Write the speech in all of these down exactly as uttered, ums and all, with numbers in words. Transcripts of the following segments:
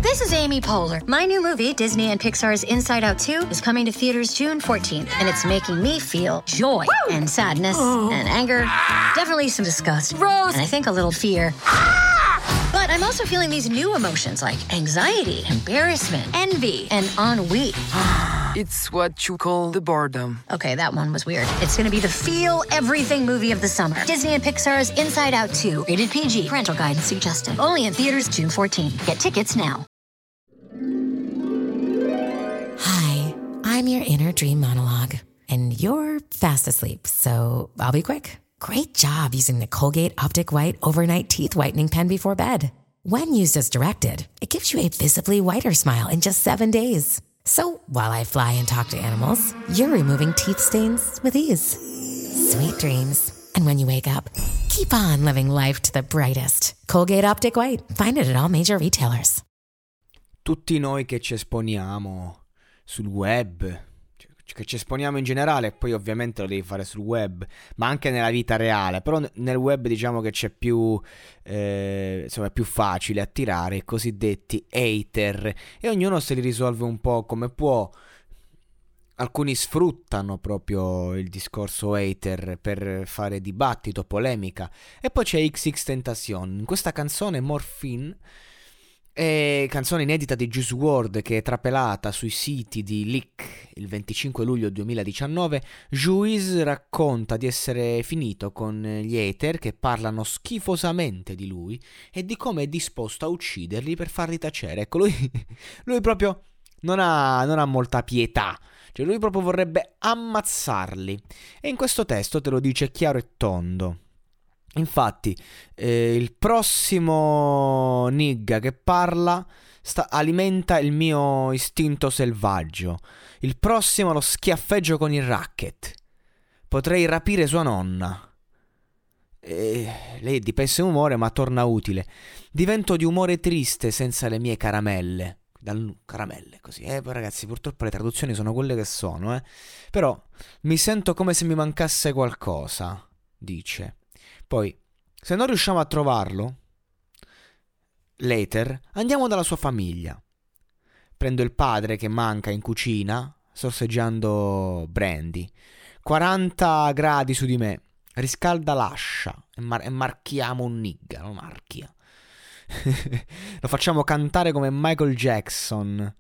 This is Amy Poehler. My new movie, Disney and Pixar's Inside Out two, is coming to theaters June fourteenth, and it's making me feel joy Woo! and sadness oh. and anger, definitely some disgust, Rose, and I think a little fear. But I'm also feeling these new emotions like anxiety, embarrassment, envy, and ennui. It's what you call the boredom. Okay, that one was weird. It's gonna be the feel everything movie of the summer. Disney and Pixar's Inside Out two. Rated P G. Parental guidance suggested. Only in theaters June fourteenth. Get tickets now. Hi, I'm your inner dream monologue. And you're fast asleep, so I'll be quick. Great job using the Colgate Optic White Overnight Teeth Whitening Pen before bed. When used as directed, it gives you a visibly whiter smile in just seven days. So while I fly and talk to animals, you're removing teeth stains with ease. Sweet dreams. And when you wake up, keep on living life to the brightest. Colgate Optic White. Find it at all major retailers. Tutti noi che ci esponiamo sul web, che ci esponiamo in generale, poi ovviamente lo devi fare sul web, ma anche nella vita reale, però nel web diciamo che c'è più, eh, insomma è più facile attirare i cosiddetti hater, e ognuno se li risolve un po' come può. Alcuni sfruttano proprio il discorso hater per fare dibattito, polemica, e poi c'è X X Tentacion. In questa canzone Morphine, è canzone inedita di Juice world, che è trapelata sui siti di Leak il venticinque luglio duemiladiciannove. Juice racconta di essere finito con gli hater che parlano schifosamente di lui e di come è disposto a ucciderli per farli tacere. Ecco, lui, lui proprio non ha, non ha molta pietà, cioè lui proprio vorrebbe ammazzarli, e in questo testo te lo dice chiaro e tondo. Infatti eh, il prossimo nigga che parla sta, alimenta il mio istinto selvaggio. Il prossimo lo schiaffeggio con il racket. Potrei rapire sua nonna. E lei è di pessimo umore ma torna utile. Divento di umore triste senza le mie caramelle. Dal, caramelle così, eh ragazzi, purtroppo le traduzioni sono quelle che sono, eh. Però mi sento come se mi mancasse qualcosa, dice. Poi, se non riusciamo a trovarlo, later, andiamo dalla sua famiglia. Prendo il padre che manca in cucina, sorseggiando brandy. quaranta gradi su di me, riscalda l'ascia e, mar- e marchiamo un nigga, lo marchia. Lo facciamo cantare come Michael Jackson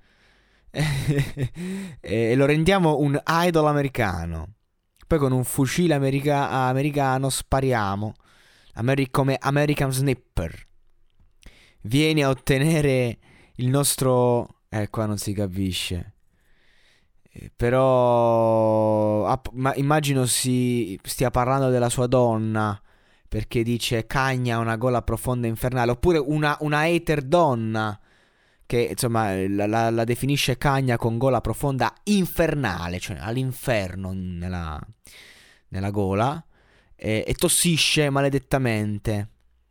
e lo rendiamo un idol americano. Poi con un fucile america- americano spariamo Ameri- come American Snipper. Vieni a ottenere il nostro... Eh, qua non si capisce. Eh, però... Ah, ma immagino si stia parlando della sua donna, perché dice cagna una gola profonda e infernale. Oppure una, una hater donna, che insomma la, la, la definisce cagna con gola profonda infernale, cioè all'inferno nella, nella gola, e, e tossisce maledettamente.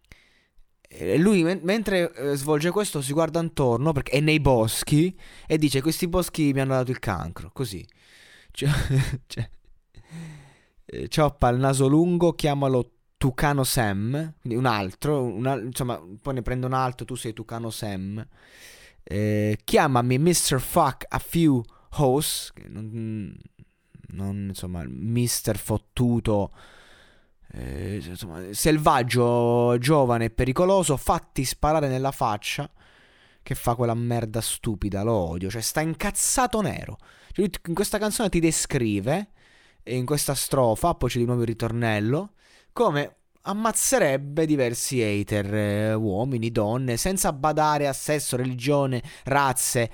E lui men- mentre eh, svolge questo si guarda intorno perché è nei boschi e dice questi boschi mi hanno dato il cancro, così. Cioè, cioè, eh, cioppa il naso lungo, chiamalo Tucano Sam, quindi un altro, una, insomma poi ne prende un altro, tu sei Tucano Sam. Eh, chiamami mister Fuck a few hoes, non, non insomma mister Fottuto, eh, insomma selvaggio, giovane e pericoloso, fatti sparare nella faccia, che fa quella merda stupida, lo odio, cioè sta incazzato nero. Cioè, lui in questa canzone ti descrive, e in questa strofa, poi c'è di nuovo il ritornello, come ammazzerebbe diversi hater, eh, uomini, donne, senza badare a sesso, religione, razze.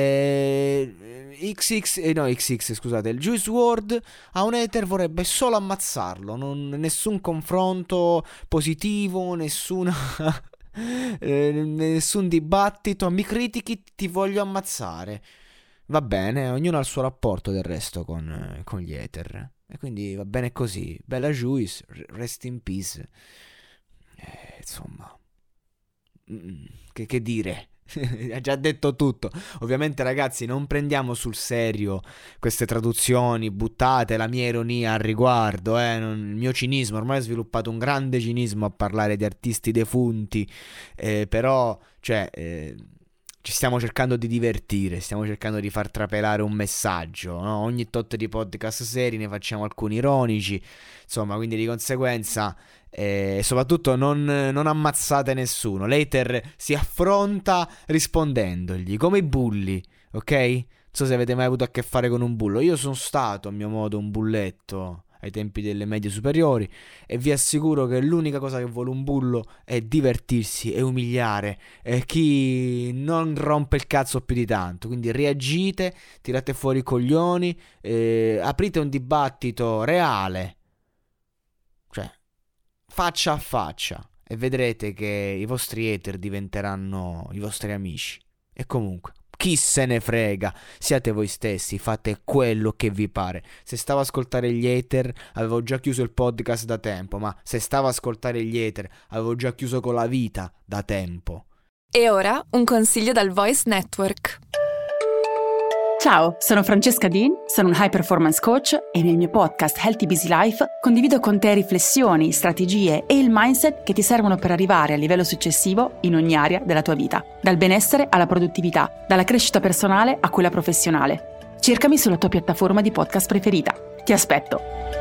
eh, X X, eh, no X X scusate, il Juice world a un hater vorrebbe solo ammazzarlo, non, nessun confronto positivo, nessuna eh, nessun dibattito. Mi critichi, ti voglio ammazzare. Va bene, ognuno ha il suo rapporto del resto con, eh, con gli hater. E quindi va bene così. Bella Juice, rest in peace. Eh, insomma, mm, che, che dire? Ha già detto tutto. Ovviamente ragazzi, non prendiamo sul serio queste traduzioni buttate, la mia ironia al riguardo, eh? non, il mio cinismo. Ormai ho sviluppato un grande cinismo a parlare di artisti defunti, eh, però cioè eh, ci stiamo cercando di divertire, stiamo cercando di far trapelare un messaggio, no? Ogni tot di podcast seri ne facciamo alcuni ironici, insomma, quindi di conseguenza, e eh, soprattutto non, non ammazzate nessuno. L'hater si affronta rispondendogli, come i bulli, ok? Non so se avete mai avuto a che fare con un bullo. Io sono stato a mio modo un bulletto ai tempi delle medie superiori e vi assicuro che l'unica cosa che vuole un bullo è divertirsi e umiliare eh, chi non rompe il cazzo più di tanto. Quindi reagite, tirate fuori i coglioni, eh, aprite un dibattito reale, cioè faccia a faccia, e vedrete che i vostri hater diventeranno i vostri amici. E comunque, chi se ne frega, siate voi stessi, fate quello che vi pare. Se stavo a ascoltare gli hater avevo già chiuso il podcast da tempo, ma se stavo a ascoltare gli hater avevo già chiuso con la vita da tempo. E ora un consiglio dal Voice Network. Ciao, sono Francesca Dean, sono un high performance coach e nel mio podcast Healthy Busy Life condivido con te riflessioni, strategie e il mindset che ti servono per arrivare al livello successivo in ogni area della tua vita, dal benessere alla produttività, dalla crescita personale a quella professionale. Cercami sulla tua piattaforma di podcast preferita. Ti aspetto!